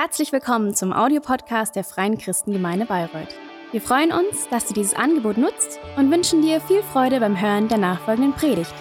Herzlich willkommen zum Audiopodcast der Freien Christengemeinde Bayreuth. Wir freuen uns, dass du dieses Angebot nutzt und wünschen dir viel Freude beim Hören der nachfolgenden Predigt.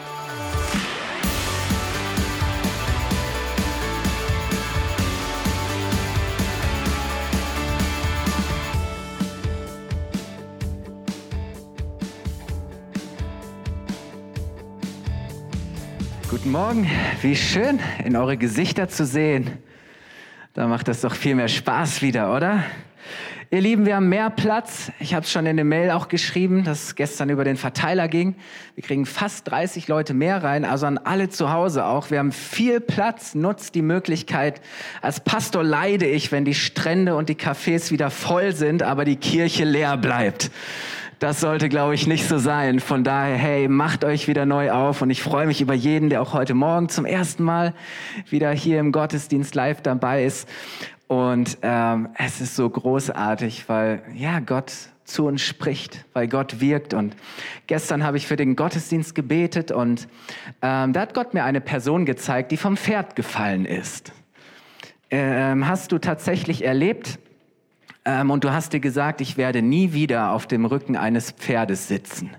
Guten Morgen, wie schön, in eure Gesichter zu sehen. Da macht das doch viel mehr Spaß wieder, oder? Ihr Lieben, wir haben mehr Platz. Ich habe es schon in der Mail auch geschrieben, dass es gestern über den Verteiler ging. Wir kriegen fast 30 Leute mehr rein, also an alle zu Hause auch. Wir haben viel Platz, nutzt die Möglichkeit. Als Pastor leide ich, wenn die Strände und die Cafés wieder voll sind, aber die Kirche leer bleibt. Das sollte, glaube ich, nicht so sein. Von daher, hey, macht euch wieder neu auf. Und ich freue mich über jeden, der auch heute Morgen zum ersten Mal wieder hier im Gottesdienst live dabei ist. Und es ist so großartig, weil ja Gott zu uns spricht, weil Gott wirkt. Und gestern habe ich für den Gottesdienst gebetet und da hat Gott mir eine Person gezeigt, die vom Pferd gefallen ist. Hast du tatsächlich erlebt? Und du hast dir gesagt, ich werde nie wieder auf dem Rücken eines Pferdes sitzen.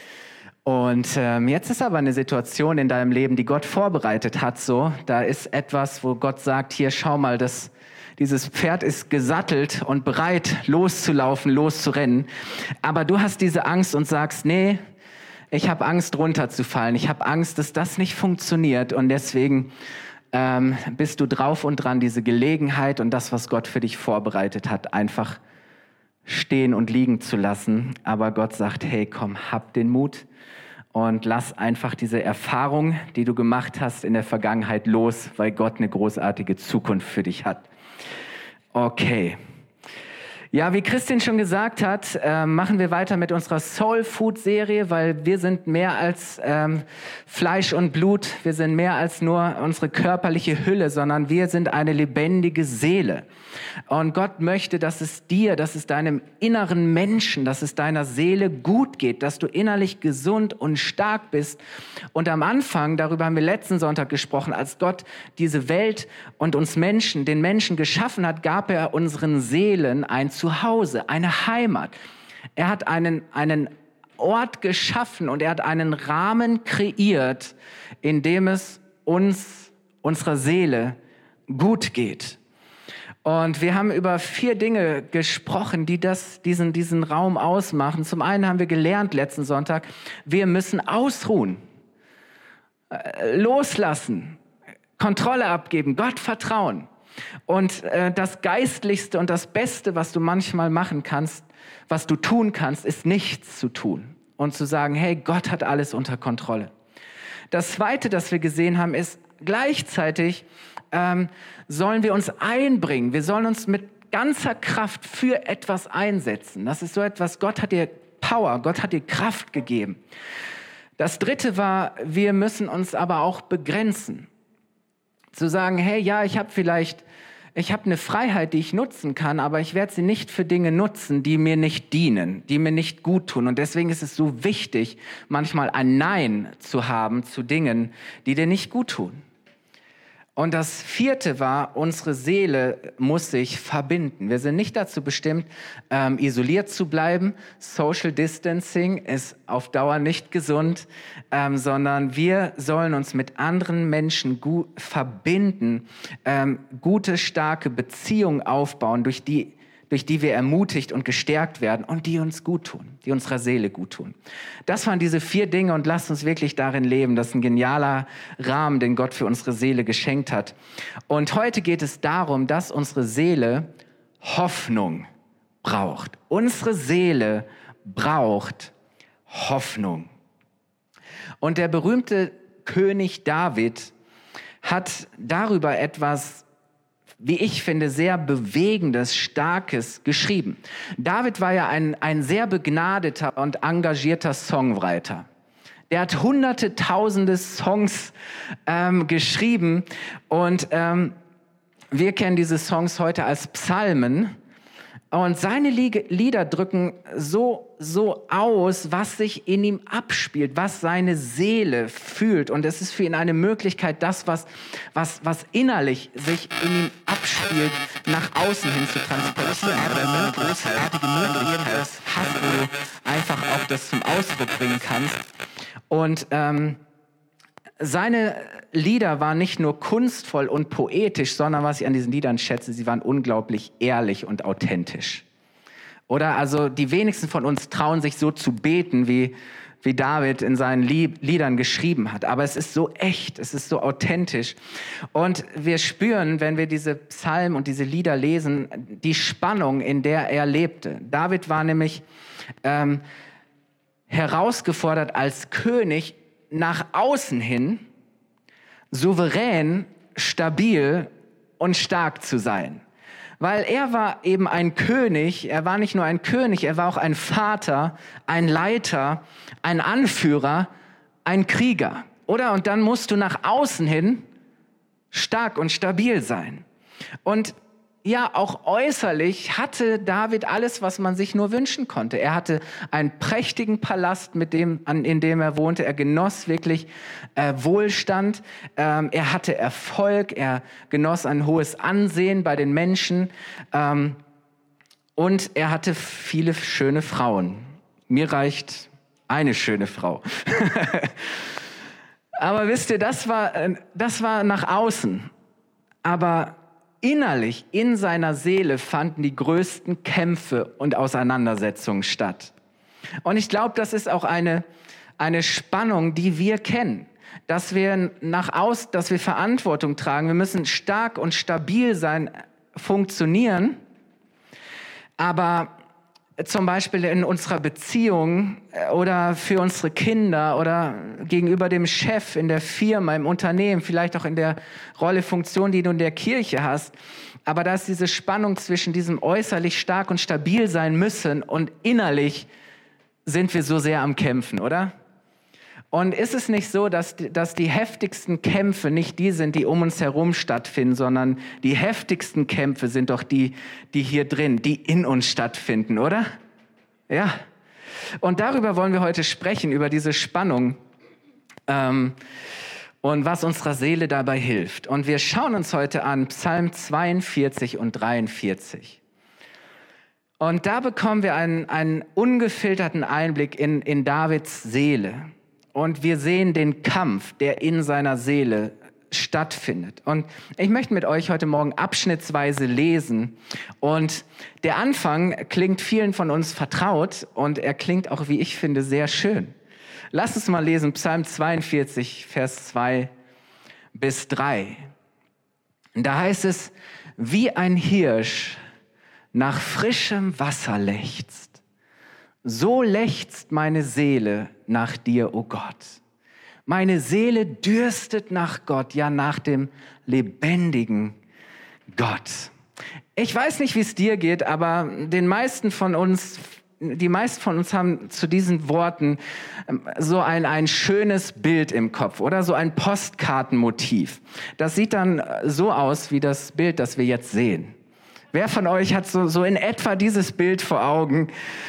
Und jetzt ist aber eine Situation in deinem Leben, die Gott vorbereitet hat. So, da ist etwas, wo Gott sagt, hier schau mal, dieses Pferd ist gesattelt und bereit, loszulaufen, loszurennen. Aber du hast diese Angst und sagst, nee, ich habe Angst, runterzufallen. Ich habe Angst, dass das nicht funktioniert. Und deswegen bist du drauf und dran, diese Gelegenheit und das, was Gott für dich vorbereitet hat, einfach stehen und liegen zu lassen. Aber Gott sagt, hey, komm, hab den Mut und lass einfach diese Erfahrung, die du gemacht hast in der Vergangenheit, los, weil Gott eine großartige Zukunft für dich hat. Okay. Ja, wie Christin schon gesagt hat, machen wir weiter mit unserer Soul Food Serie, weil wir sind mehr als Fleisch und Blut, wir sind mehr als nur unsere körperliche Hülle, sondern wir sind eine lebendige Seele. Und Gott möchte, dass es dir, dass es deinem inneren Menschen, dass es deiner Seele gut geht, dass du innerlich gesund und stark bist. Und am Anfang, darüber haben wir letzten Sonntag gesprochen, als Gott diese Welt und uns Menschen, den Menschen geschaffen hat, gab er unseren Seelen ein Zuhause, eine Heimat. Er hat einen Ort geschaffen und er hat einen Rahmen kreiert, in dem es uns, unserer Seele, gut geht. Und wir haben über 4 Dinge gesprochen, die diesen Raum ausmachen. Zum einen haben wir gelernt letzten Sonntag, wir müssen ausruhen, loslassen, Kontrolle abgeben, Gott vertrauen. Und das Geistlichste und das Beste, was du manchmal machen kannst, was du tun kannst, ist nichts zu tun und zu sagen, hey, Gott hat alles unter Kontrolle. Das Zweite, das wir gesehen haben, ist gleichzeitig sollen wir uns einbringen. Wir sollen uns mit ganzer Kraft für etwas einsetzen. Das ist so etwas, Gott hat dir Power, Gott hat dir Kraft gegeben. Das Dritte war, wir müssen uns aber auch begrenzen. Zu sagen, hey, ja, ich habe eine Freiheit, die ich nutzen kann, aber ich werde sie nicht für Dinge nutzen, die mir nicht dienen, die mir nicht gut tun. Und deswegen ist es so wichtig, manchmal ein Nein zu haben zu Dingen, die dir nicht gut tun. Und das Vierte war, unsere Seele muss sich verbinden. Wir sind nicht dazu bestimmt, isoliert zu bleiben. Social Distancing ist auf Dauer nicht gesund, sondern wir sollen uns mit anderen Menschen verbinden, gute, starke Beziehungen aufbauen, durch die wir ermutigt und gestärkt werden und die uns gut tun, die unserer Seele gut tun. Das waren diese 4 Dinge und lasst uns wirklich darin leben. Das ist ein genialer Rahmen, den Gott für unsere Seele geschenkt hat. Und heute geht es darum, dass unsere Seele Hoffnung braucht. Unsere Seele braucht Hoffnung. Und der berühmte König David hat darüber etwas, wie ich finde, sehr Bewegendes, Starkes geschrieben. David war ja ein sehr begnadeter und engagierter Songwriter. Der hat hunderte, tausende Songs geschrieben und wir kennen diese Songs heute als Psalmen. Und seine Lieder drücken so aus, was sich in ihm abspielt, was seine Seele fühlt. Und es ist für ihn eine Möglichkeit, das, was innerlich sich in ihm abspielt, nach außen hin zu transportieren. Aber das ist eine großartige Möglichkeit, hast, wo du einfach auch das zum Ausdruck bringen kannst. Und seine Lieder waren nicht nur kunstvoll und poetisch, sondern was ich an diesen Liedern schätze, sie waren unglaublich ehrlich und authentisch. Oder also die wenigsten von uns trauen sich so zu beten, wie David in seinen Liedern geschrieben hat. Aber es ist so echt, es ist so authentisch. Und wir spüren, wenn wir diese Psalmen und diese Lieder lesen, die Spannung, in der er lebte. David war nämlich herausgefordert als König, nach außen hin souverän, stabil und stark zu sein. Weil er war eben ein König, er war nicht nur ein König, er war auch ein Vater, ein Leiter, ein Anführer, ein Krieger, oder? Und dann musst du nach außen hin stark und stabil sein. Und ja, auch äußerlich hatte David alles, was man sich nur wünschen konnte. Er hatte einen prächtigen Palast, in dem er wohnte. Er genoss wirklich Wohlstand. Er hatte Erfolg. Er genoss ein hohes Ansehen bei den Menschen. Und er hatte viele schöne Frauen. Mir reicht eine schöne Frau. Aber wisst ihr, das war nach außen. Aber innerlich, in seiner Seele fanden die größten Kämpfe und Auseinandersetzungen statt. Und ich glaube, das ist auch eine Spannung, die wir kennen. Dass wir dass wir Verantwortung tragen. Wir müssen stark und stabil sein, funktionieren. Aber zum Beispiel in unserer Beziehung oder für unsere Kinder oder gegenüber dem Chef in der Firma, im Unternehmen, vielleicht auch in der Rolle, Funktion, die du in der Kirche hast. Aber da ist diese Spannung zwischen diesem äußerlich stark und stabil sein müssen und innerlich sind wir so sehr am Kämpfen, oder? Und ist es nicht so, dass die heftigsten Kämpfe nicht die sind, die um uns herum stattfinden, sondern die heftigsten Kämpfe sind doch die hier drin, die in uns stattfinden, oder? Ja. Und darüber wollen wir heute sprechen, über diese Spannung und was unserer Seele dabei hilft. Und wir schauen uns heute an Psalm 42 und 43. Und da bekommen wir einen ungefilterten Einblick in Davids Seele. Und wir sehen den Kampf, der in seiner Seele stattfindet. Und ich möchte mit euch heute Morgen abschnittsweise lesen. Und der Anfang klingt vielen von uns vertraut und er klingt auch, wie ich finde, sehr schön. Lasst uns mal lesen, Psalm 42, Vers 2 bis 3. Da heißt es, wie ein Hirsch nach frischem Wasser lechzt. So lechzt meine Seele nach dir, o Gott. Meine Seele dürstet nach Gott, ja nach dem lebendigen Gott. Ich weiß nicht, wie es dir geht, aber die meisten von uns haben zu diesen Worten so ein schönes Bild im Kopf oder so ein Postkartenmotiv. Das sieht dann so aus wie das Bild, das wir jetzt sehen. Wer von euch hat so in etwa dieses Bild vor Augen?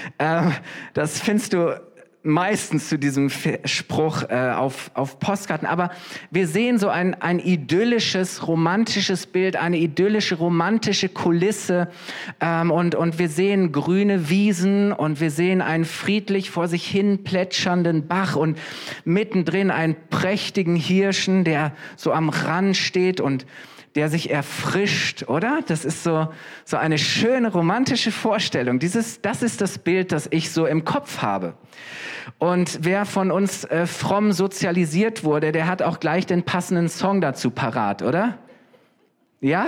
Das findest du meistens zu diesem Spruch auf Postkarten. Aber wir sehen so ein idyllisches, romantisches Bild, eine idyllische, romantische Kulisse. Und wir sehen grüne Wiesen und wir sehen einen friedlich vor sich hin plätschernden Bach und mittendrin einen prächtigen Hirschen, der so am Rand steht und der sich erfrischt, oder? Das ist so eine schöne romantische Vorstellung. Das ist das Bild, das ich so im Kopf habe. Und wer von uns fromm sozialisiert wurde, der hat auch gleich den passenden Song dazu parat, oder? Ja?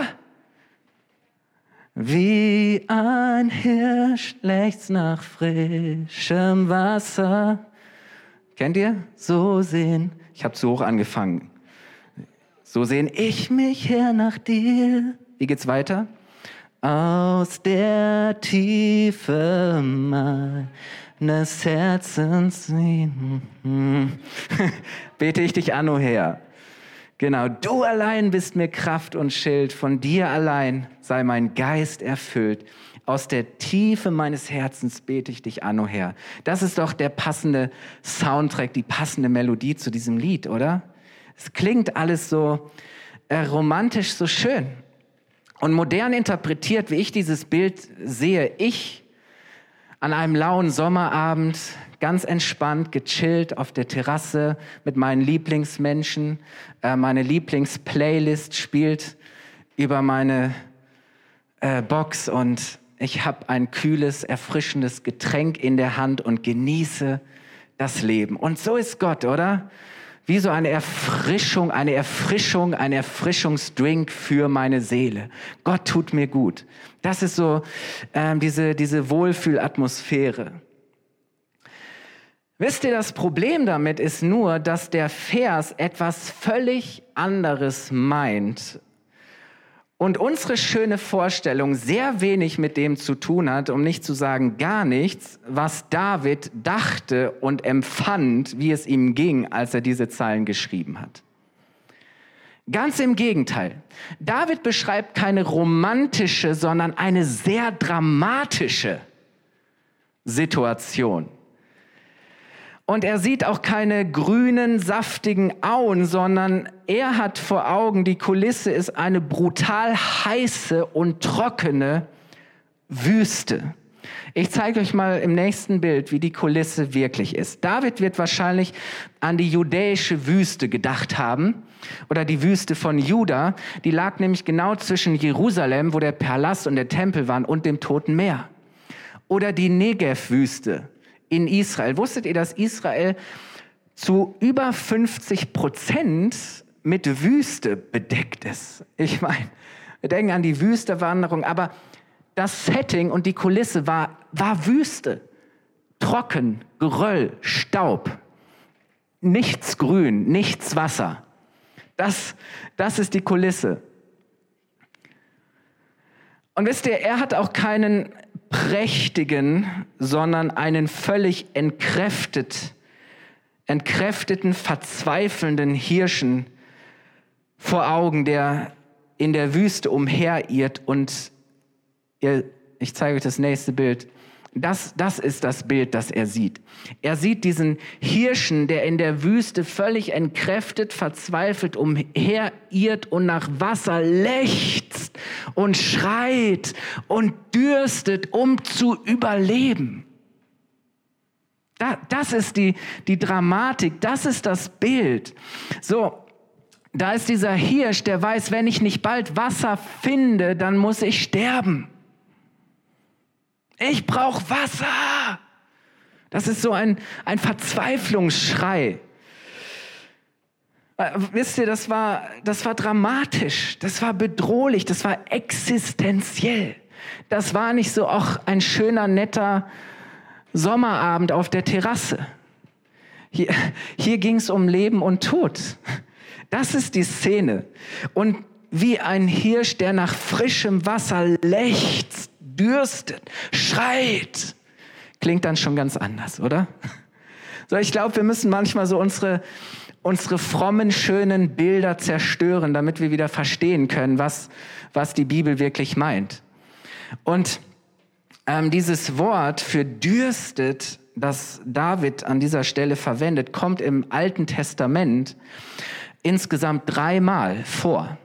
Wie ein Hirsch lechzt nach frischem Wasser. Kennt ihr? So sehen. Ich habe zu hoch angefangen. So sehn ich mich her nach dir. Wie geht's weiter? Aus der Tiefe meines Herzens bete ich dich an, o Herr. Genau, du allein bist mir Kraft und Schild, von dir allein sei mein Geist erfüllt. Aus der Tiefe meines Herzens bete ich dich an, o Herr. Das ist doch der passende Soundtrack, die passende Melodie zu diesem Lied, oder? Es klingt alles so romantisch, so schön. Und modern interpretiert, wie ich dieses Bild sehe, ich an einem lauen Sommerabend, ganz entspannt, gechillt auf der Terrasse mit meinen Lieblingsmenschen. Meine Lieblingsplaylist spielt über meine Box und ich habe ein kühles, erfrischendes Getränk in der Hand und genieße das Leben. Und so ist Gott, oder? Wie so eine Erfrischung, ein Erfrischungsdrink für meine Seele. Gott tut mir gut. Das ist so diese Wohlfühlatmosphäre. Wisst ihr, das Problem damit ist nur, dass der Vers etwas völlig anderes meint und unsere schöne Vorstellung sehr wenig mit dem zu tun hat, um nicht zu sagen gar nichts, was David dachte und empfand, wie es ihm ging, als er diese Zeilen geschrieben hat. Ganz im Gegenteil. David beschreibt keine romantische, sondern eine sehr dramatische Situation. Und er sieht auch keine grünen, saftigen Auen, sondern er hat vor Augen, die Kulisse ist eine brutal heiße und trockene Wüste. Ich zeige euch mal im nächsten Bild, wie die Kulisse wirklich ist. David wird wahrscheinlich an die judäische Wüste gedacht haben oder die Wüste von Juda. Die lag nämlich genau zwischen Jerusalem, wo der Palast und der Tempel waren, und dem Toten Meer. Oder die Negev-Wüste in Israel. Wusstet ihr, dass Israel zu über 50% mit Wüste bedeckt ist? Ich meine, wir denken an die Wüstewanderung, aber das Setting und die Kulisse war Wüste. Trocken, Geröll, Staub. Nichts Grün, nichts Wasser. Das ist die Kulisse. Und wisst ihr, er hat auch keinen prächtigen, sondern einen völlig entkräfteten, verzweifelnden Hirschen vor Augen, der in der Wüste umherirrt. Und ich zeige euch das nächste Bild. Das ist das Bild, das er sieht. Er sieht diesen Hirschen, der in der Wüste völlig entkräftet, verzweifelt umherirrt und nach Wasser lechzt und schreit und dürstet, um zu überleben. Das ist die Dramatik, das ist das Bild. So, da ist dieser Hirsch, der weiß, wenn ich nicht bald Wasser finde, dann muss ich sterben. Ich brauche Wasser. Das ist so ein Verzweiflungsschrei. Wisst ihr, das war dramatisch, das war bedrohlich, das war existenziell. Das war nicht so ein schöner, netter Sommerabend auf der Terrasse. Hier ging es um Leben und Tod. Das ist die Szene. Und wie ein Hirsch, der nach frischem Wasser lechzt, dürstet, schreit, klingt dann schon ganz anders, oder? So, ich glaube, wir müssen manchmal so unsere frommen, schönen Bilder zerstören, damit wir wieder verstehen können, was die Bibel wirklich meint. Und dieses Wort für dürstet, das David an dieser Stelle verwendet, kommt im Alten Testament insgesamt 3-mal vor.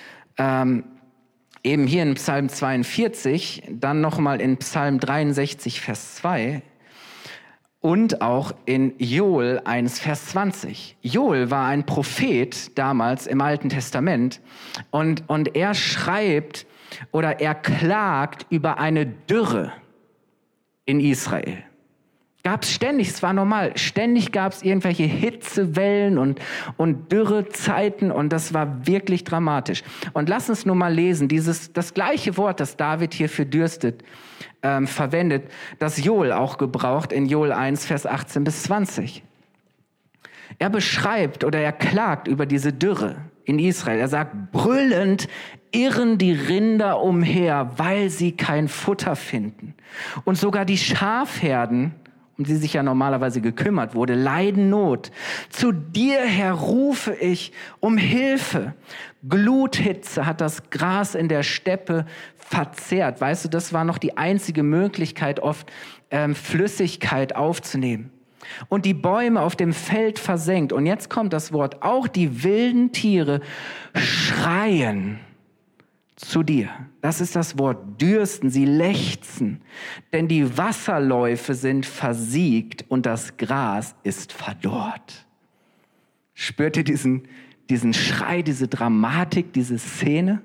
Eben hier in Psalm 42, dann nochmal in Psalm 63, Vers 2 und auch in Joel 1, Vers 20. Joel war ein Prophet damals im Alten Testament und er schreibt oder er klagt über eine Dürre in Israel. Gab es ständig, es war normal, ständig gab es irgendwelche Hitzewellen und Dürrezeiten und das war wirklich dramatisch. Und lass uns nur mal lesen, das gleiche Wort, das David hier für dürstet verwendet, das Joel auch gebraucht in Joel 1, Vers 18 bis 20. Er beschreibt oder er klagt über diese Dürre in Israel. Er sagt, brüllend irren die Rinder umher, weil sie kein Futter finden. Und sogar die Schafherden, um die sich ja normalerweise gekümmert wurde, leiden Not. Zu dir, Herr, rufe ich um Hilfe. Gluthitze hat das Gras in der Steppe verzehrt. Weißt du, das war noch die einzige Möglichkeit, oft Flüssigkeit aufzunehmen. Und die Bäume auf dem Feld versenkt. Und jetzt kommt das Wort, auch die wilden Tiere schreien zu dir. Das ist das Wort, dürsten, sie lechzen, denn die Wasserläufe sind versiegt und das Gras ist verdorrt. Spürt ihr diesen Schrei, diese Dramatik, diese Szene?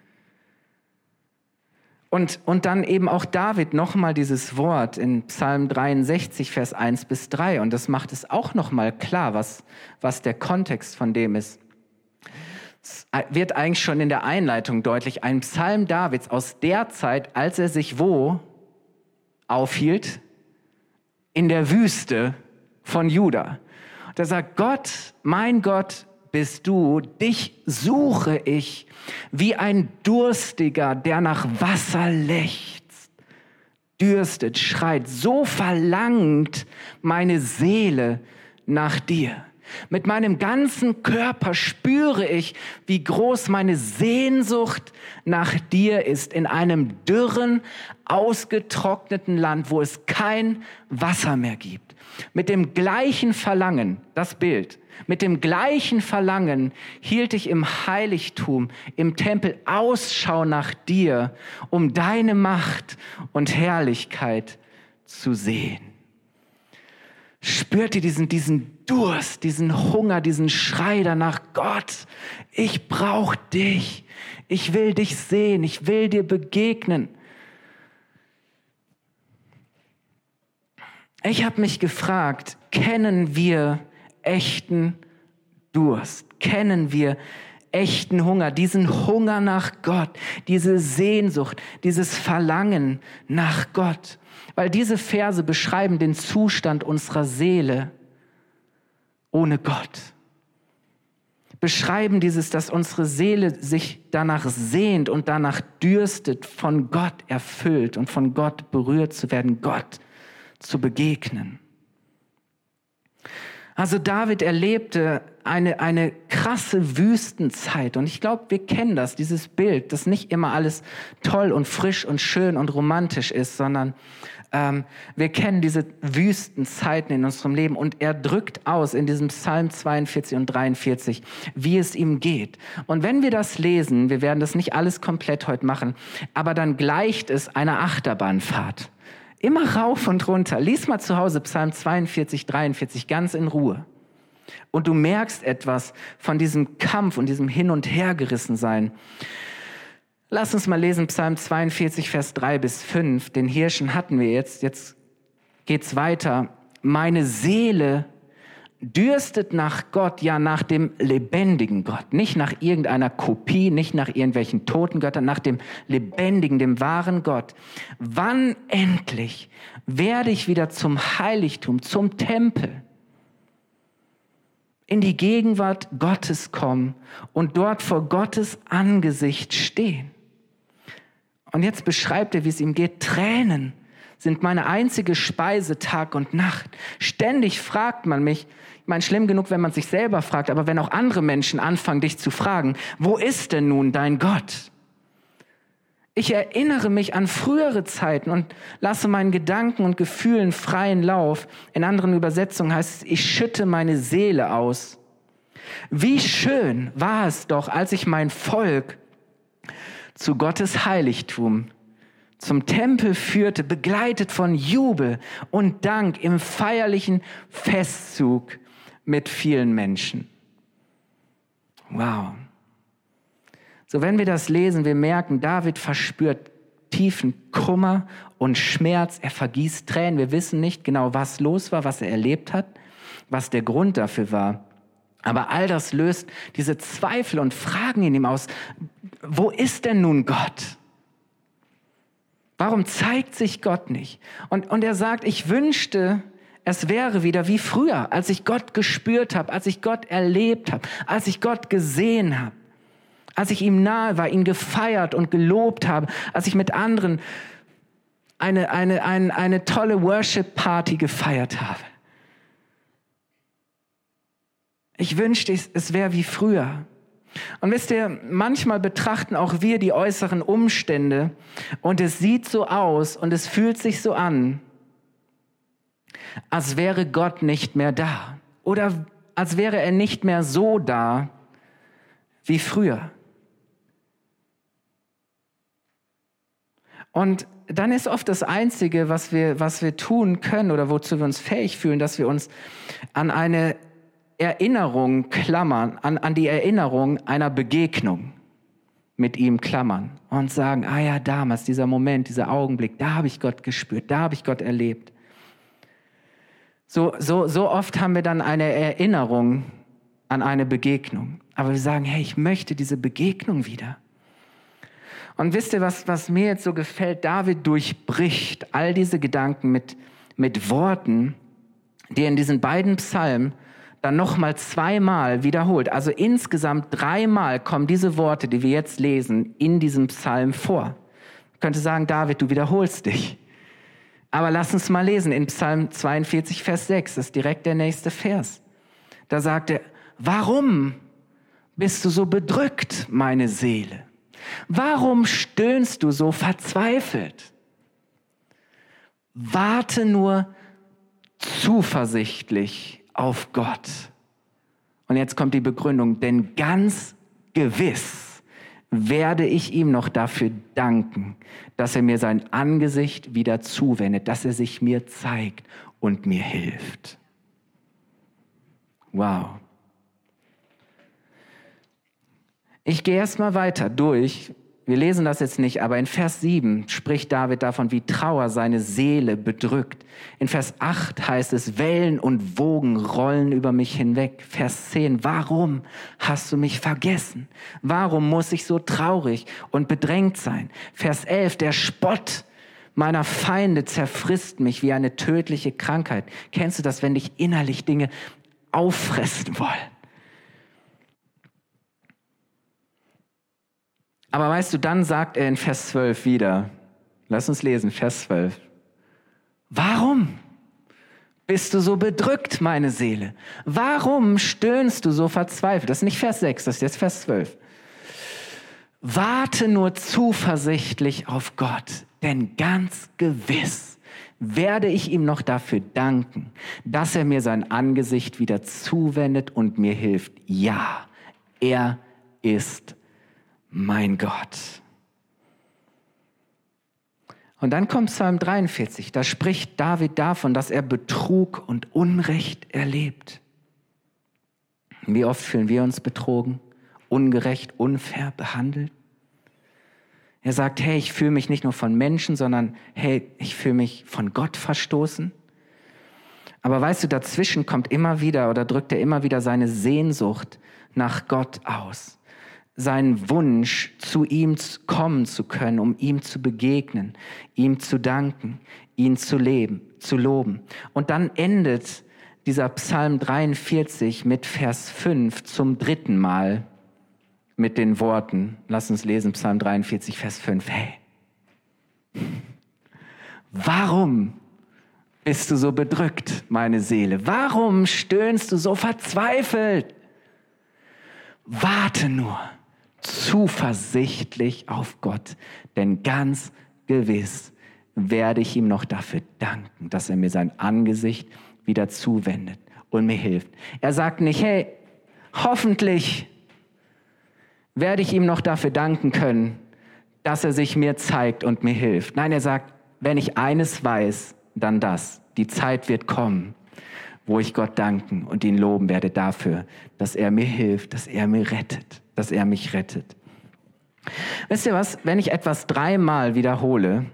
Und dann eben auch David nochmal dieses Wort in Psalm 63, Vers 1-3. Und das macht es auch nochmal klar, was der Kontext von dem ist. Es wird eigentlich schon in der Einleitung deutlich, ein Psalm Davids aus der Zeit, als er sich wo aufhielt? In der Wüste von Juda. Und er sagt, Gott, mein Gott, bist du, dich suche ich, wie ein Durstiger, der nach Wasser lechzt, dürstet, schreit, so verlangt meine Seele nach dir. Mit meinem ganzen Körper spüre ich, wie groß meine Sehnsucht nach dir ist, in einem dürren, ausgetrockneten Land, wo es kein Wasser mehr gibt. Mit dem gleichen Verlangen, das Bild, mit dem gleichen Verlangen hielt ich im Heiligtum, im Tempel Ausschau nach dir, um deine Macht und Herrlichkeit zu sehen. Spürt ihr diesen Durst, diesen Hunger, diesen Schrei danach, Gott, ich brauche dich, ich will dich sehen, ich will dir begegnen. Ich habe mich gefragt, kennen wir echten Durst? Kennen wir echten Hunger, diesen Hunger nach Gott, diese Sehnsucht, dieses Verlangen nach Gott? Weil diese Verse beschreiben den Zustand unserer Seele ohne Gott. Beschreiben dass unsere Seele sich danach sehnt und danach dürstet, von Gott erfüllt und von Gott berührt zu werden, Gott zu begegnen. Also David erlebte eine krasse Wüstenzeit und ich glaube, wir kennen dieses Bild, dass nicht immer alles toll und frisch und schön und romantisch ist, sondern wir kennen diese Wüstenzeiten in unserem Leben und er drückt aus in diesem Psalm 42 und 43, wie es ihm geht. Und wenn wir das lesen, wir werden das nicht alles komplett heute machen, aber dann gleicht es einer Achterbahnfahrt. Immer rauf und runter. Lies mal zu Hause Psalm 42, 43 ganz in Ruhe. Und du merkst etwas von diesem Kampf und diesem Hin- und Hergerissensein. Lass uns mal lesen Psalm 42, Vers 3-5. Den Hirschen hatten wir jetzt. Jetzt geht's weiter. Meine Seele dürstet nach Gott, ja nach dem lebendigen Gott. Nicht nach irgendeiner Kopie, nicht nach irgendwelchen toten Göttern, nach dem lebendigen, dem wahren Gott. Wann endlich werde ich wieder zum Heiligtum, zum Tempel, in die Gegenwart Gottes kommen und dort vor Gottes Angesicht stehen? Und jetzt beschreibt er, wie es ihm geht. Tränen sind meine einzige Speise Tag und Nacht. Ständig fragt man mich, ich meine, schlimm genug, wenn man sich selber fragt, aber wenn auch andere Menschen anfangen, dich zu fragen, wo ist denn nun dein Gott? Ich erinnere mich an frühere Zeiten und lasse meinen Gedanken und Gefühlen freien Lauf. In anderen Übersetzungen heißt es, ich schütte meine Seele aus. Wie schön war es doch, als ich mein Volk zu Gottes Heiligtum, zum Tempel führte, begleitet von Jubel und Dank im feierlichen Festzug mit vielen Menschen. Wow. So, wenn wir das lesen, wir merken, David verspürt tiefen Kummer und Schmerz. Er vergießt Tränen. Wir wissen nicht genau, was los war, was er erlebt hat, was der Grund dafür war. Aber all das löst diese Zweifel und Fragen in ihm aus. Wo ist denn nun Gott? Warum zeigt sich Gott nicht? Und er sagt, ich wünschte, es wäre wieder wie früher, als ich Gott gespürt habe, als ich Gott erlebt habe, als ich Gott gesehen habe, als ich ihm nahe war, ihn gefeiert und gelobt habe, als ich mit anderen eine tolle Worship-Party gefeiert habe. Ich wünschte, es wäre wie früher. Und wisst ihr, manchmal betrachten auch wir die äußeren Umstände und es sieht so aus und es fühlt sich so an, als wäre Gott nicht mehr da oder als wäre er nicht mehr so da wie früher. Und dann ist oft das Einzige, was wir tun können oder wozu wir uns fähig fühlen, dass wir uns an eine Erinnerung klammern, an die Erinnerung einer Begegnung mit ihm klammern und sagen, ah ja, damals, dieser Moment, dieser Augenblick, da habe ich Gott gespürt, da habe ich Gott erlebt. So oft haben wir dann eine Erinnerung an eine Begegnung. Aber wir sagen, hey, ich möchte diese Begegnung wieder. Und wisst ihr, was mir jetzt so gefällt? David durchbricht all diese Gedanken mit Worten, die in diesen beiden Psalmen dann nochmal 2-mal wiederholt. Also insgesamt 3-mal kommen diese Worte, die wir jetzt lesen, in diesem Psalm vor. Man könnte sagen, David, du wiederholst dich. Aber lass uns mal lesen in Psalm 42, Vers 6. Das ist direkt der nächste Vers. Da sagt er, warum bist du so bedrückt, meine Seele? Warum stöhnst du so verzweifelt? Warte nur zuversichtlich auf Gott. Und jetzt kommt die Begründung, denn ganz gewiss werde ich ihm noch dafür danken, dass er mir sein Angesicht wieder zuwendet, dass er sich mir zeigt und mir hilft. Wow. Ich gehe erstmal weiter durch. Wir lesen das jetzt nicht, aber in Vers 7 spricht David davon, wie Trauer seine Seele bedrückt. In Vers 8 heißt es, Wellen und Wogen rollen über mich hinweg. Vers 10, warum hast du mich vergessen? Warum muss ich so traurig und bedrängt sein? Vers 11, der Spott meiner Feinde zerfrisst mich wie eine tödliche Krankheit. Kennst du das, wenn dich innerlich Dinge auffressen wollen? Aber weißt du, dann sagt er in Vers 12 wieder, lass uns lesen, Vers 12. Warum bist du so bedrückt, meine Seele? Warum stöhnst du so verzweifelt? Das ist nicht Vers 6, das ist jetzt Vers 12. Warte nur zuversichtlich auf Gott, denn ganz gewiss werde ich ihm noch dafür danken, dass er mir sein Angesicht wieder zuwendet und mir hilft. Ja, er ist mein Gott. Und dann kommt Psalm 43, da spricht David davon, dass er Betrug und Unrecht erlebt. Wie oft fühlen wir uns betrogen, ungerecht, unfair behandelt? Er sagt, hey, ich fühle mich nicht nur von Menschen, sondern hey, ich fühle mich von Gott verstoßen. Aber weißt du, dazwischen kommt immer wieder oder drückt er immer wieder seine Sehnsucht nach Gott aus. Seinen Wunsch, zu ihm kommen zu können, um ihm zu begegnen, ihm zu danken, ihn zu loben. Und dann endet dieser Psalm 43 mit Vers 5 zum 3. Mal mit den Worten, lass uns lesen, Psalm 43, Vers 5, hey, warum bist du so bedrückt, meine Seele? Warum stöhnst du so verzweifelt? Warte nur zuversichtlich auf Gott, denn ganz gewiss werde ich ihm noch dafür danken, dass er mir sein Angesicht wieder zuwendet und mir hilft. Er sagt nicht, hey, hoffentlich werde ich ihm noch dafür danken können, dass er sich mir zeigt und mir hilft. Nein, er sagt, wenn ich eines weiß, dann das. Die Zeit wird kommen, wo ich Gott danken und ihn loben werde dafür, dass er mir hilft, dass er mir rettet, dass er mich rettet. Wisst ihr was? Wenn ich etwas 3-mal wiederhole,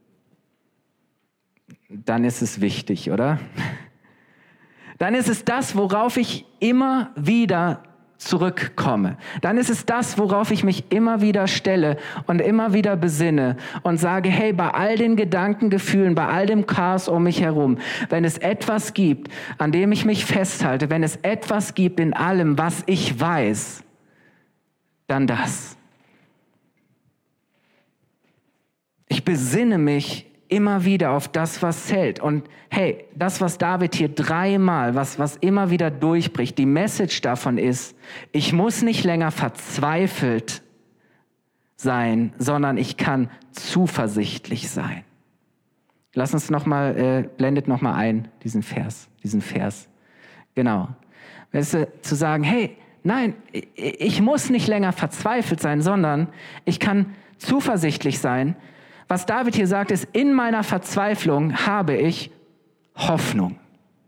dann ist es wichtig, oder? Dann ist es das, worauf ich immer wieder zurückkomme. Dann ist es das, worauf ich mich immer wieder stelle und immer wieder besinne und sage, hey, bei all den Gedanken, Gefühlen, bei all dem Chaos um mich herum, wenn es etwas gibt, an dem ich mich festhalte, wenn es etwas gibt in allem, was ich weiß, dann das. Ich besinne mich immer wieder auf das, was zählt. Und hey, das, was David hier dreimal, was immer wieder durchbricht, die Message davon ist, ich muss nicht länger verzweifelt sein, sondern ich kann zuversichtlich sein. Lass uns blendet nochmal ein, diesen Vers. Genau. Weißt du, zu sagen, hey, nein, ich muss nicht länger verzweifelt sein, sondern ich kann zuversichtlich sein. Was David hier sagt, ist, in meiner Verzweiflung habe ich Hoffnung.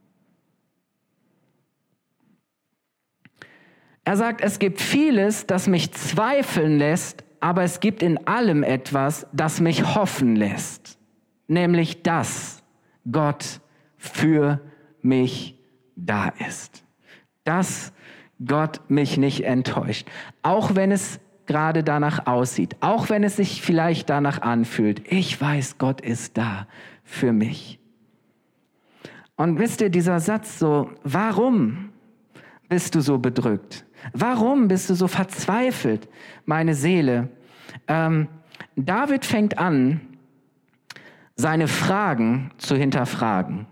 Er sagt, es gibt vieles, das mich zweifeln lässt, aber es gibt in allem etwas, das mich hoffen lässt. Nämlich, dass Gott für mich da ist. Dass Gott mich nicht enttäuscht. Auch wenn es gerade danach aussieht, auch wenn es sich vielleicht danach anfühlt. Ich weiß, Gott ist da für mich. Und wisst ihr, dieser Satz so, warum bist du so bedrückt? Warum bist du so verzweifelt, meine Seele? David fängt an, seine Fragen zu hinterfragen.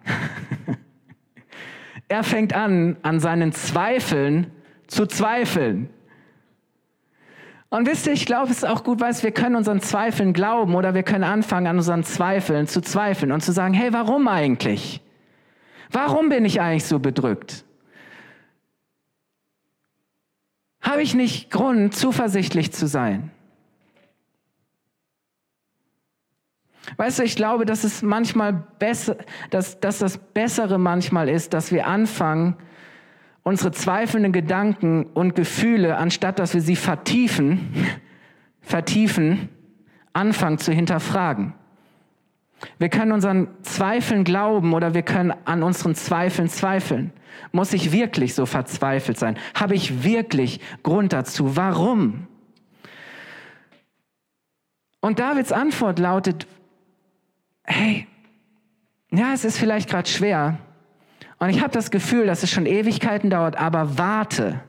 Er fängt an seinen Zweifeln zu zweifeln. Und wisst ihr, ich glaube, es ist auch gut, wir können unseren Zweifeln glauben oder wir können anfangen, an unseren Zweifeln zu zweifeln und zu sagen, hey, warum eigentlich? Warum bin ich eigentlich so bedrückt? Habe ich nicht Grund, zuversichtlich zu sein? Weißt du, ich glaube, dass es manchmal besser, dass das Bessere manchmal ist, dass wir anfangen, unsere zweifelnden Gedanken und Gefühle, anstatt dass wir sie vertiefen, anfangen zu hinterfragen. Wir können unseren Zweifeln glauben oder wir können an unseren Zweifeln zweifeln. Muss ich wirklich so verzweifelt sein? Habe ich wirklich Grund dazu? Warum? Und Davids Antwort lautet, hey, ja, es ist vielleicht gerade schwer und ich habe das Gefühl, dass es schon Ewigkeiten dauert, aber warte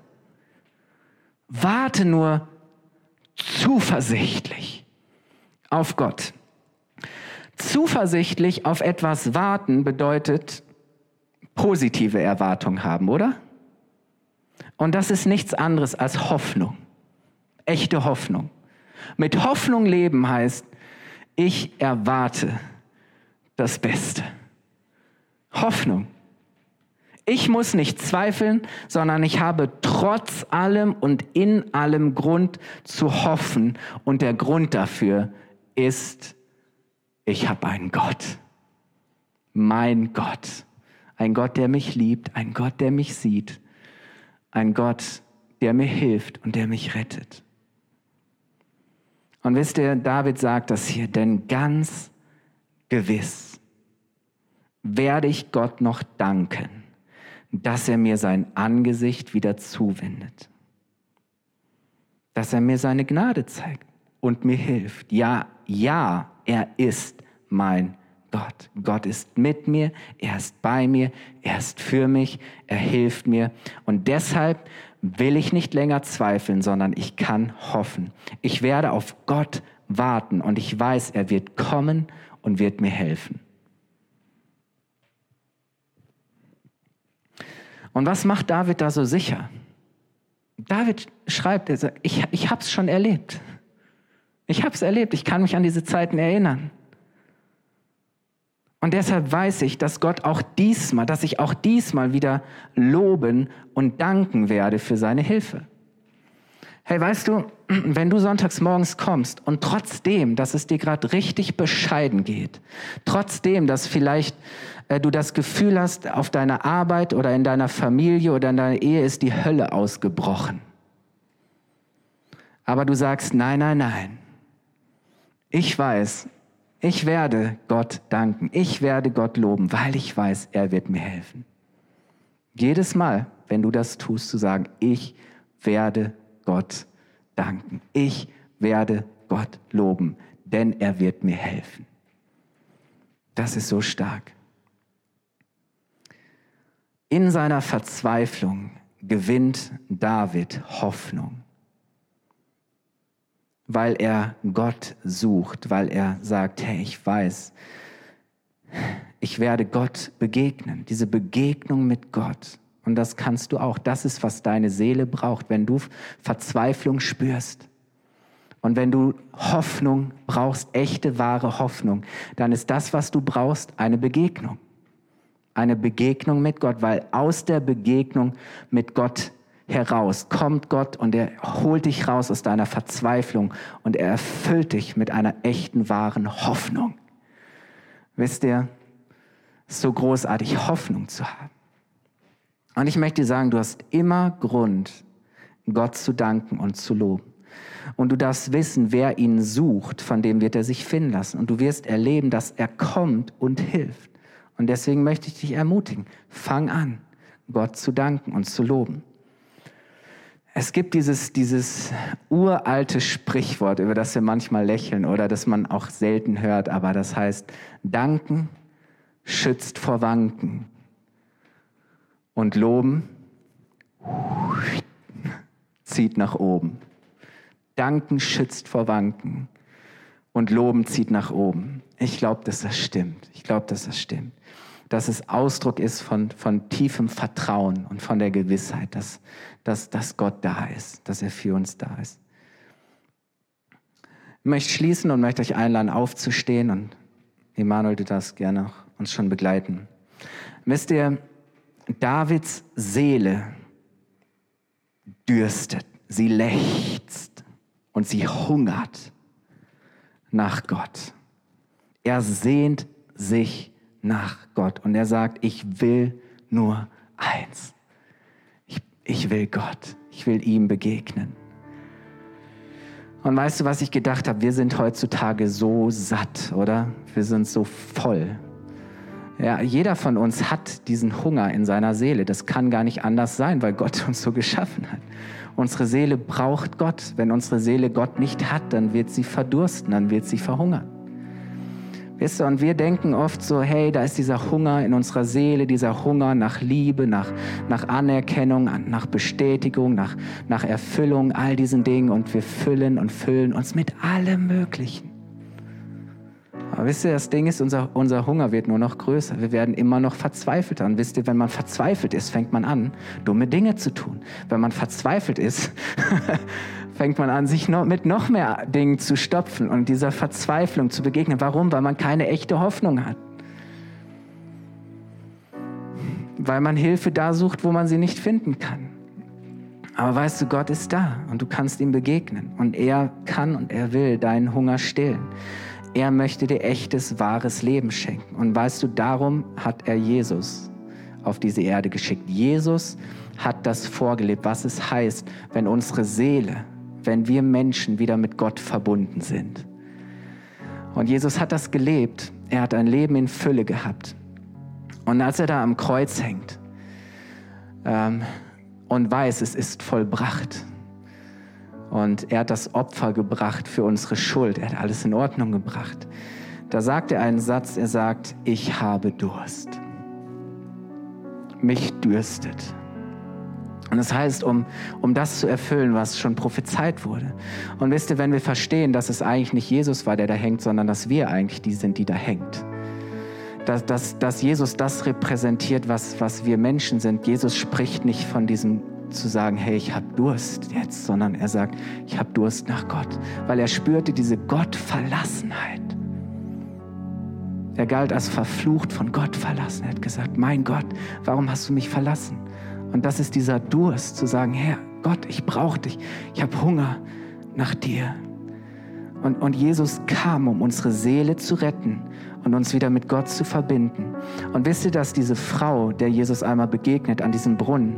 nur zuversichtlich auf Gott. Zuversichtlich auf etwas warten bedeutet positive Erwartung haben, oder? Und das ist nichts anderes als Hoffnung, echte Hoffnung. Mit Hoffnung leben heißt, ich erwarte das Beste. Hoffnung. Ich muss nicht zweifeln, sondern ich habe trotz allem und in allem Grund zu hoffen. Und der Grund dafür ist, ich habe einen Gott. Mein Gott. Ein Gott, der mich liebt. Ein Gott, der mich sieht. Ein Gott, der mir hilft und der mich rettet. Und wisst ihr, David sagt das hier, denn ganz gewiss werde ich Gott noch danken, dass er mir sein Angesicht wieder zuwendet. Dass er mir seine Gnade zeigt und mir hilft. Ja, er ist mein Gott. Gott ist mit mir, er ist bei mir, er ist für mich, er hilft mir. Und deshalb will ich nicht länger zweifeln, sondern ich kann hoffen. Ich werde auf Gott warten und ich weiß, er wird kommen und wird mir helfen. Und was macht David da so sicher? David schreibt, er sagt, ich habe es schon erlebt. Ich habe es erlebt, ich kann mich an diese Zeiten erinnern. Und deshalb weiß ich, dass ich auch diesmal wieder loben und danken werde für seine Hilfe. Hey, weißt du, wenn du sonntags morgens kommst und trotzdem, dass es dir gerade richtig bescheiden geht, trotzdem, dass vielleicht du das Gefühl hast, auf deiner Arbeit oder in deiner Familie oder in deiner Ehe ist die Hölle ausgebrochen. Aber du sagst, nein, ich weiß, ich werde Gott danken, ich werde Gott loben, weil ich weiß, er wird mir helfen. Jedes Mal, wenn du das tust, zu sagen, ich werde Gott danken, ich werde Gott loben, denn er wird mir helfen. Das ist so stark. In seiner Verzweiflung gewinnt David Hoffnung, weil er Gott sucht, weil er sagt, hey, ich weiß, ich werde Gott begegnen, diese Begegnung mit Gott. Und das kannst du auch. Das ist, was deine Seele braucht, wenn du Verzweiflung spürst. Und wenn du Hoffnung brauchst, echte, wahre Hoffnung, dann ist das, was du brauchst, eine Begegnung. Eine Begegnung mit Gott, weil aus der Begegnung mit Gott heraus kommt Gott und er holt dich raus aus deiner Verzweiflung und er erfüllt dich mit einer echten, wahren Hoffnung. Wisst ihr, es ist so großartig, Hoffnung zu haben. Und ich möchte dir sagen, du hast immer Grund, Gott zu danken und zu loben. Und du darfst wissen, wer ihn sucht, von dem wird er sich finden lassen. Und du wirst erleben, dass er kommt und hilft. Und deswegen möchte ich dich ermutigen, fang an, Gott zu danken und zu loben. Es gibt dieses uralte Sprichwort, über das wir manchmal lächeln oder das man auch selten hört, aber das heißt, danken schützt vor Wanken und loben zieht nach oben. Danken schützt vor Wanken und loben zieht nach oben. Ich glaube, dass das stimmt. Dass es Ausdruck ist von tiefem Vertrauen und von der Gewissheit, dass Gott da ist, dass er für uns da ist. Ich möchte schließen und möchte euch einladen, aufzustehen. Und Emanuel, du darfst gerne uns schon begleiten. Wisst ihr, Davids Seele dürstet, sie lechzt und sie hungert nach Gott. Er sehnt sich nach Gott und er sagt, ich will nur eins. Ich will Gott, ich will ihm begegnen. Und weißt du, was ich gedacht habe? Wir sind heutzutage so satt, oder? Wir sind so voll. Ja, jeder von uns hat diesen Hunger in seiner Seele. Das kann gar nicht anders sein, weil Gott uns so geschaffen hat. Unsere Seele braucht Gott. Wenn unsere Seele Gott nicht hat, dann wird sie verdursten, dann wird sie verhungern. Wisst ihr, und wir denken oft so, hey, da ist dieser Hunger in unserer Seele, dieser Hunger nach Liebe, nach Anerkennung, nach Bestätigung, nach Erfüllung, all diesen Dingen. Und wir füllen und füllen uns mit allem Möglichen. Aber wisst ihr, das Ding ist, unser Hunger wird nur noch größer. Wir werden immer noch verzweifelter. Und wisst ihr, wenn man verzweifelt ist, fängt man an, dumme Dinge zu tun. Wenn man verzweifelt ist, fängt man an, sich mit noch mehr Dingen zu stopfen und dieser Verzweiflung zu begegnen. Warum? Weil man keine echte Hoffnung hat. Weil man Hilfe da sucht, wo man sie nicht finden kann. Aber weißt du, Gott ist da und du kannst ihm begegnen. Und er kann und er will deinen Hunger stillen. Er möchte dir echtes, wahres Leben schenken. Und weißt du, darum hat er Jesus auf diese Erde geschickt. Jesus hat das vorgelebt, was es heißt, wenn unsere Seele, wenn wir Menschen wieder mit Gott verbunden sind. Und Jesus hat das gelebt. Er hat ein Leben in Fülle gehabt. Und als er da am Kreuz hängt und weiß, es ist vollbracht, und er hat das Opfer gebracht für unsere Schuld. Er hat alles in Ordnung gebracht. Da sagt er einen Satz, er sagt, ich habe Durst. Mich dürstet. Und das heißt, um das zu erfüllen, was schon prophezeit wurde. Und wisst ihr, wenn wir verstehen, dass es eigentlich nicht Jesus war, der da hängt, sondern dass wir eigentlich die sind, die da hängt. Dass Jesus das repräsentiert, was wir Menschen sind. Jesus spricht nicht von diesem zu sagen, hey, ich habe Durst jetzt, sondern er sagt, ich habe Durst nach Gott, weil er spürte diese Gottverlassenheit. Er galt als verflucht, von Gott verlassen. Er hat gesagt, mein Gott, warum hast du mich verlassen? Und das ist dieser Durst, zu sagen, Herr, Gott, ich brauche dich, ich habe Hunger nach dir. Und Jesus kam, um unsere Seele zu retten und uns wieder mit Gott zu verbinden. Und wisst ihr, dass diese Frau, der Jesus einmal begegnet an diesem Brunnen,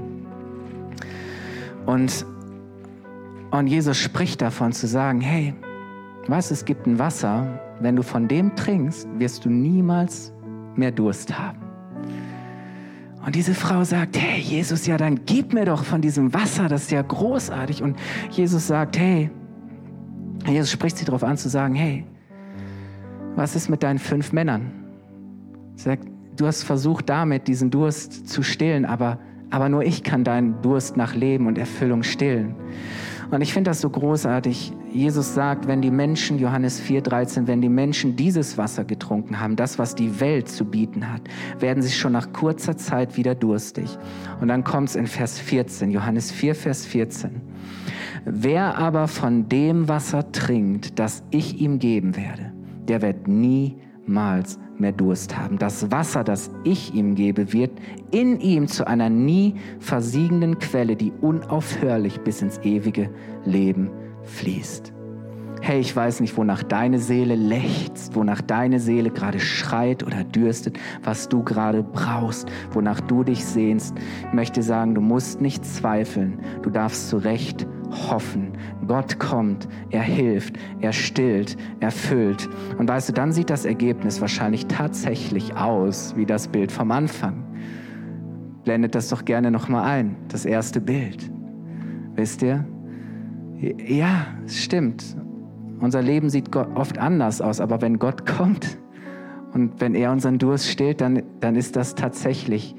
und Jesus spricht davon zu sagen, hey, weißt du, es gibt ein Wasser, wenn du von dem trinkst, wirst du niemals mehr Durst haben. Und diese Frau sagt, hey Jesus, ja dann gib mir doch von diesem Wasser, das ist ja großartig. Und Jesus sagt, hey, Jesus spricht sie darauf an zu sagen, hey, was ist mit deinen 5 Männern? Sie sagt, du hast versucht damit diesen Durst zu stillen, aber nur ich kann deinen Durst nach Leben und Erfüllung stillen. Und ich finde das so großartig. Jesus sagt, wenn die Menschen, Johannes 4,13, wenn die Menschen dieses Wasser getrunken haben, das, was die Welt zu bieten hat, werden sie schon nach kurzer Zeit wieder durstig. Und dann kommt es in Vers 14, Johannes 4, Vers 14. Wer aber von dem Wasser trinkt, das ich ihm geben werde, der wird niemals mehr Durst haben. Das Wasser, das ich ihm gebe, wird in ihm zu einer nie versiegenden Quelle, die unaufhörlich bis ins ewige Leben fließt. Hey, ich weiß nicht, wonach deine Seele lechzt, wonach deine Seele gerade schreit oder dürstet, was du gerade brauchst, wonach du dich sehnst. Ich möchte sagen, du musst nicht zweifeln, du darfst zu Recht hoffen. Gott kommt, er hilft, er stillt, er füllt. Und weißt du, dann sieht das Ergebnis wahrscheinlich tatsächlich aus wie das Bild vom Anfang. Blendet das doch gerne nochmal ein, das erste Bild. Wisst ihr? Ja, es stimmt. Unser Leben sieht oft anders aus, aber wenn Gott kommt und wenn er unseren Durst stillt, dann ist das tatsächlich,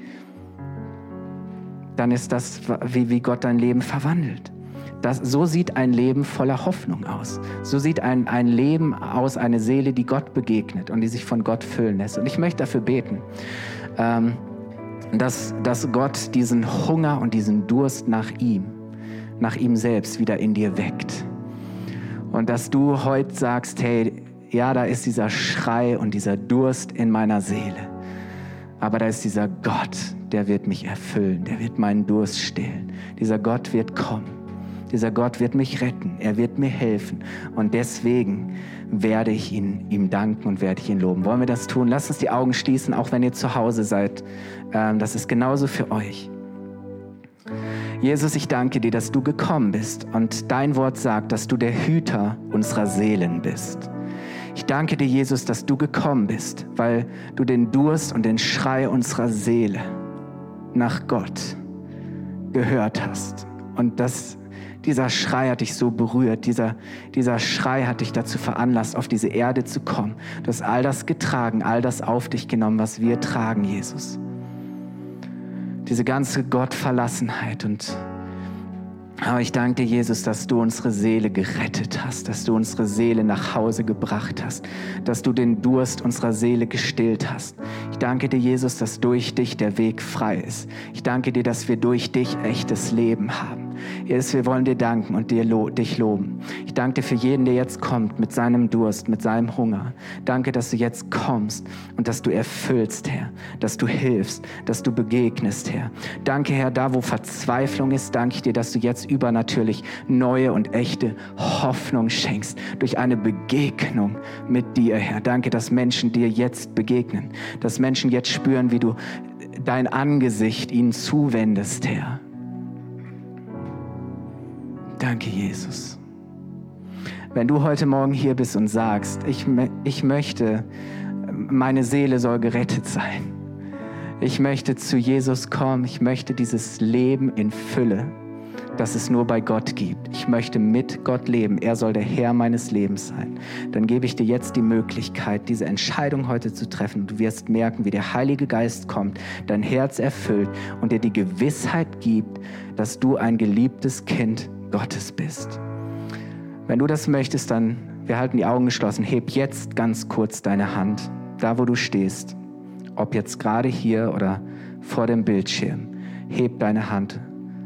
dann ist das, wie Gott dein Leben verwandelt. So sieht ein Leben voller Hoffnung aus. So sieht ein Leben aus, eine Seele, die Gott begegnet und die sich von Gott füllen lässt. Und ich möchte dafür beten, dass Gott diesen Hunger und diesen Durst nach ihm selbst wieder in dir weckt. Und dass du heute sagst, hey, ja, da ist dieser Schrei und dieser Durst in meiner Seele. Aber da ist dieser Gott, der wird mich erfüllen, der wird meinen Durst stillen. Dieser Gott wird kommen. Dieser Gott wird mich retten, er wird mir helfen. Und deswegen werde ich ihm danken und werde ich ihn loben. Wollen wir das tun? Lasst uns die Augen schließen, auch wenn ihr zu Hause seid. Das ist genauso für euch. Jesus, ich danke dir, dass du gekommen bist und dein Wort sagt, dass du der Hüter unserer Seelen bist. Ich danke dir, Jesus, dass du gekommen bist, weil du den Durst und den Schrei unserer Seele nach Gott gehört hast. Und dieser Schrei hat dich so berührt, dieser Schrei hat dich dazu veranlasst, auf diese Erde zu kommen. Du hast all das getragen, all das auf dich genommen, was wir tragen, Jesus. Diese ganze Gottverlassenheit aber ich danke dir, Jesus, dass du unsere Seele gerettet hast, dass du unsere Seele nach Hause gebracht hast, dass du den Durst unserer Seele gestillt hast. Ich danke dir, Jesus, dass durch dich der Weg frei ist. Ich danke dir, dass wir durch dich echtes Leben haben. Jesus, wir wollen dir danken und dich loben. Ich danke dir für jeden, der jetzt kommt mit seinem Durst, mit seinem Hunger. Danke, dass du jetzt kommst und dass du erfüllst, Herr, dass du hilfst, dass du begegnest, Herr. Danke, Herr, da wo Verzweiflung ist, danke ich dir, dass du jetzt übernatürlich neue und echte Hoffnung schenkst durch eine Begegnung mit dir, Herr. Danke, dass Menschen dir jetzt begegnen, dass Menschen jetzt spüren, wie du dein Angesicht ihnen zuwendest, Herr. Danke, Jesus. Wenn du heute Morgen hier bist und sagst, ich möchte, meine Seele soll gerettet sein. Ich möchte zu Jesus kommen. Ich möchte dieses Leben in Fülle, das es nur bei Gott gibt. Ich möchte mit Gott leben. Er soll der Herr meines Lebens sein. Dann gebe ich dir jetzt die Möglichkeit, diese Entscheidung heute zu treffen. Du wirst merken, wie der Heilige Geist kommt, dein Herz erfüllt und dir die Gewissheit gibt, dass du ein geliebtes Kind Gottes bist. Wenn du das möchtest, dann, wir halten die Augen geschlossen, heb jetzt ganz kurz deine Hand, da wo du stehst, ob jetzt gerade hier oder vor dem Bildschirm, heb deine Hand.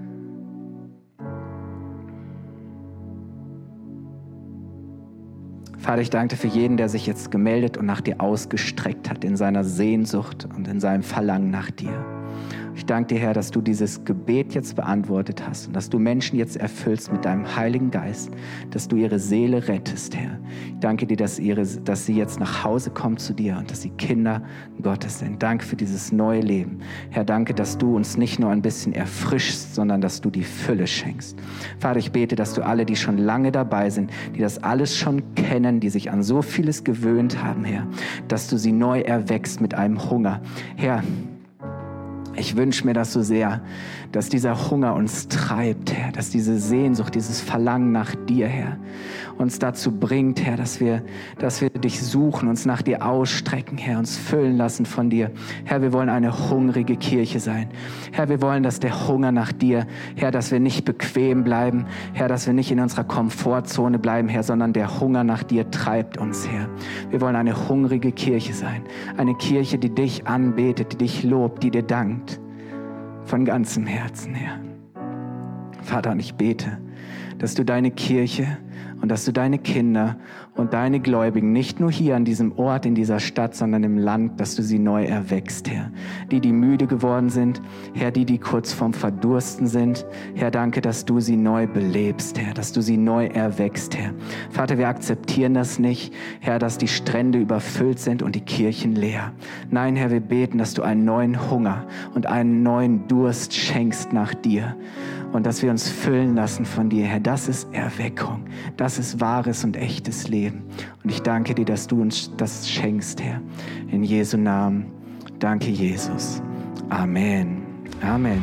Vater, ich danke dir für jeden, der sich jetzt gemeldet und nach dir ausgestreckt hat, in seiner Sehnsucht und in seinem Verlangen nach dir. Ich danke dir, Herr, dass du dieses Gebet jetzt beantwortet hast und dass du Menschen jetzt erfüllst mit deinem Heiligen Geist, dass du ihre Seele rettest, Herr. Ich danke dir, dass sie jetzt nach Hause kommt zu dir und dass sie Kinder Gottes sind. Danke für dieses neue Leben. Herr, danke, dass du uns nicht nur ein bisschen erfrischst, sondern dass du die Fülle schenkst. Vater, ich bete, dass du alle, die schon lange dabei sind, die das alles schon kennen, die sich an so vieles gewöhnt haben, Herr, dass du sie neu erweckst mit einem Hunger. Herr, Ich wünsche mir das so sehr, dass dieser Hunger uns treibt, Herr, dass diese Sehnsucht, dieses Verlangen nach dir, Herr, uns dazu bringt, Herr, dass wir dich suchen, uns nach dir ausstrecken, Herr, uns füllen lassen von dir. Herr, wir wollen eine hungrige Kirche sein. Herr, wir wollen, dass der Hunger nach dir, Herr, dass wir nicht bequem bleiben, Herr, dass wir nicht in unserer Komfortzone bleiben, Herr, sondern der Hunger nach dir treibt uns, Herr. Wir wollen eine hungrige Kirche sein, eine Kirche, die dich anbetet, die dich lobt, die dir dankt. Von ganzem Herzen, Herr. Vater, und ich bete, dass du deine Kirche und dass du deine Kinder und deine Gläubigen nicht nur hier an diesem Ort, in dieser Stadt, sondern im Land, dass du sie neu erweckst, Herr. Die müde geworden sind, Herr, die kurz vorm Verdursten sind. Herr, danke, dass du sie neu belebst, Herr, dass du sie neu erweckst, Herr. Vater, wir akzeptieren das nicht, Herr, dass die Strände überfüllt sind und die Kirchen leer. Nein, Herr, wir beten, dass du einen neuen Hunger und einen neuen Durst schenkst nach dir. Und dass wir uns füllen lassen von dir, Herr. Das ist Erweckung. Das ist wahres und echtes Leben. Und ich danke dir, dass du uns das schenkst, Herr. In Jesu Namen. Danke, Jesus. Amen. Amen.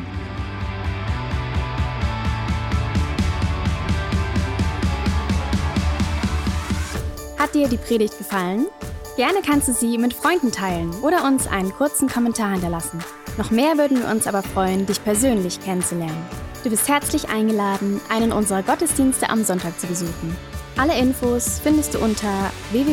Hat dir die Predigt gefallen? Gerne kannst du sie mit Freunden teilen oder uns einen kurzen Kommentar hinterlassen. Noch mehr würden wir uns aber freuen, dich persönlich kennenzulernen. Du bist herzlich eingeladen, einen unserer Gottesdienste am Sonntag zu besuchen. Alle Infos findest du unter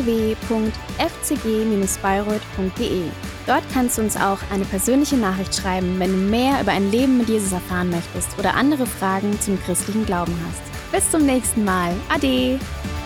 www.fcg-bayreuth.de. Dort kannst du uns auch eine persönliche Nachricht schreiben, wenn du mehr über ein Leben mit Jesus erfahren möchtest oder andere Fragen zum christlichen Glauben hast. Bis zum nächsten Mal. Ade!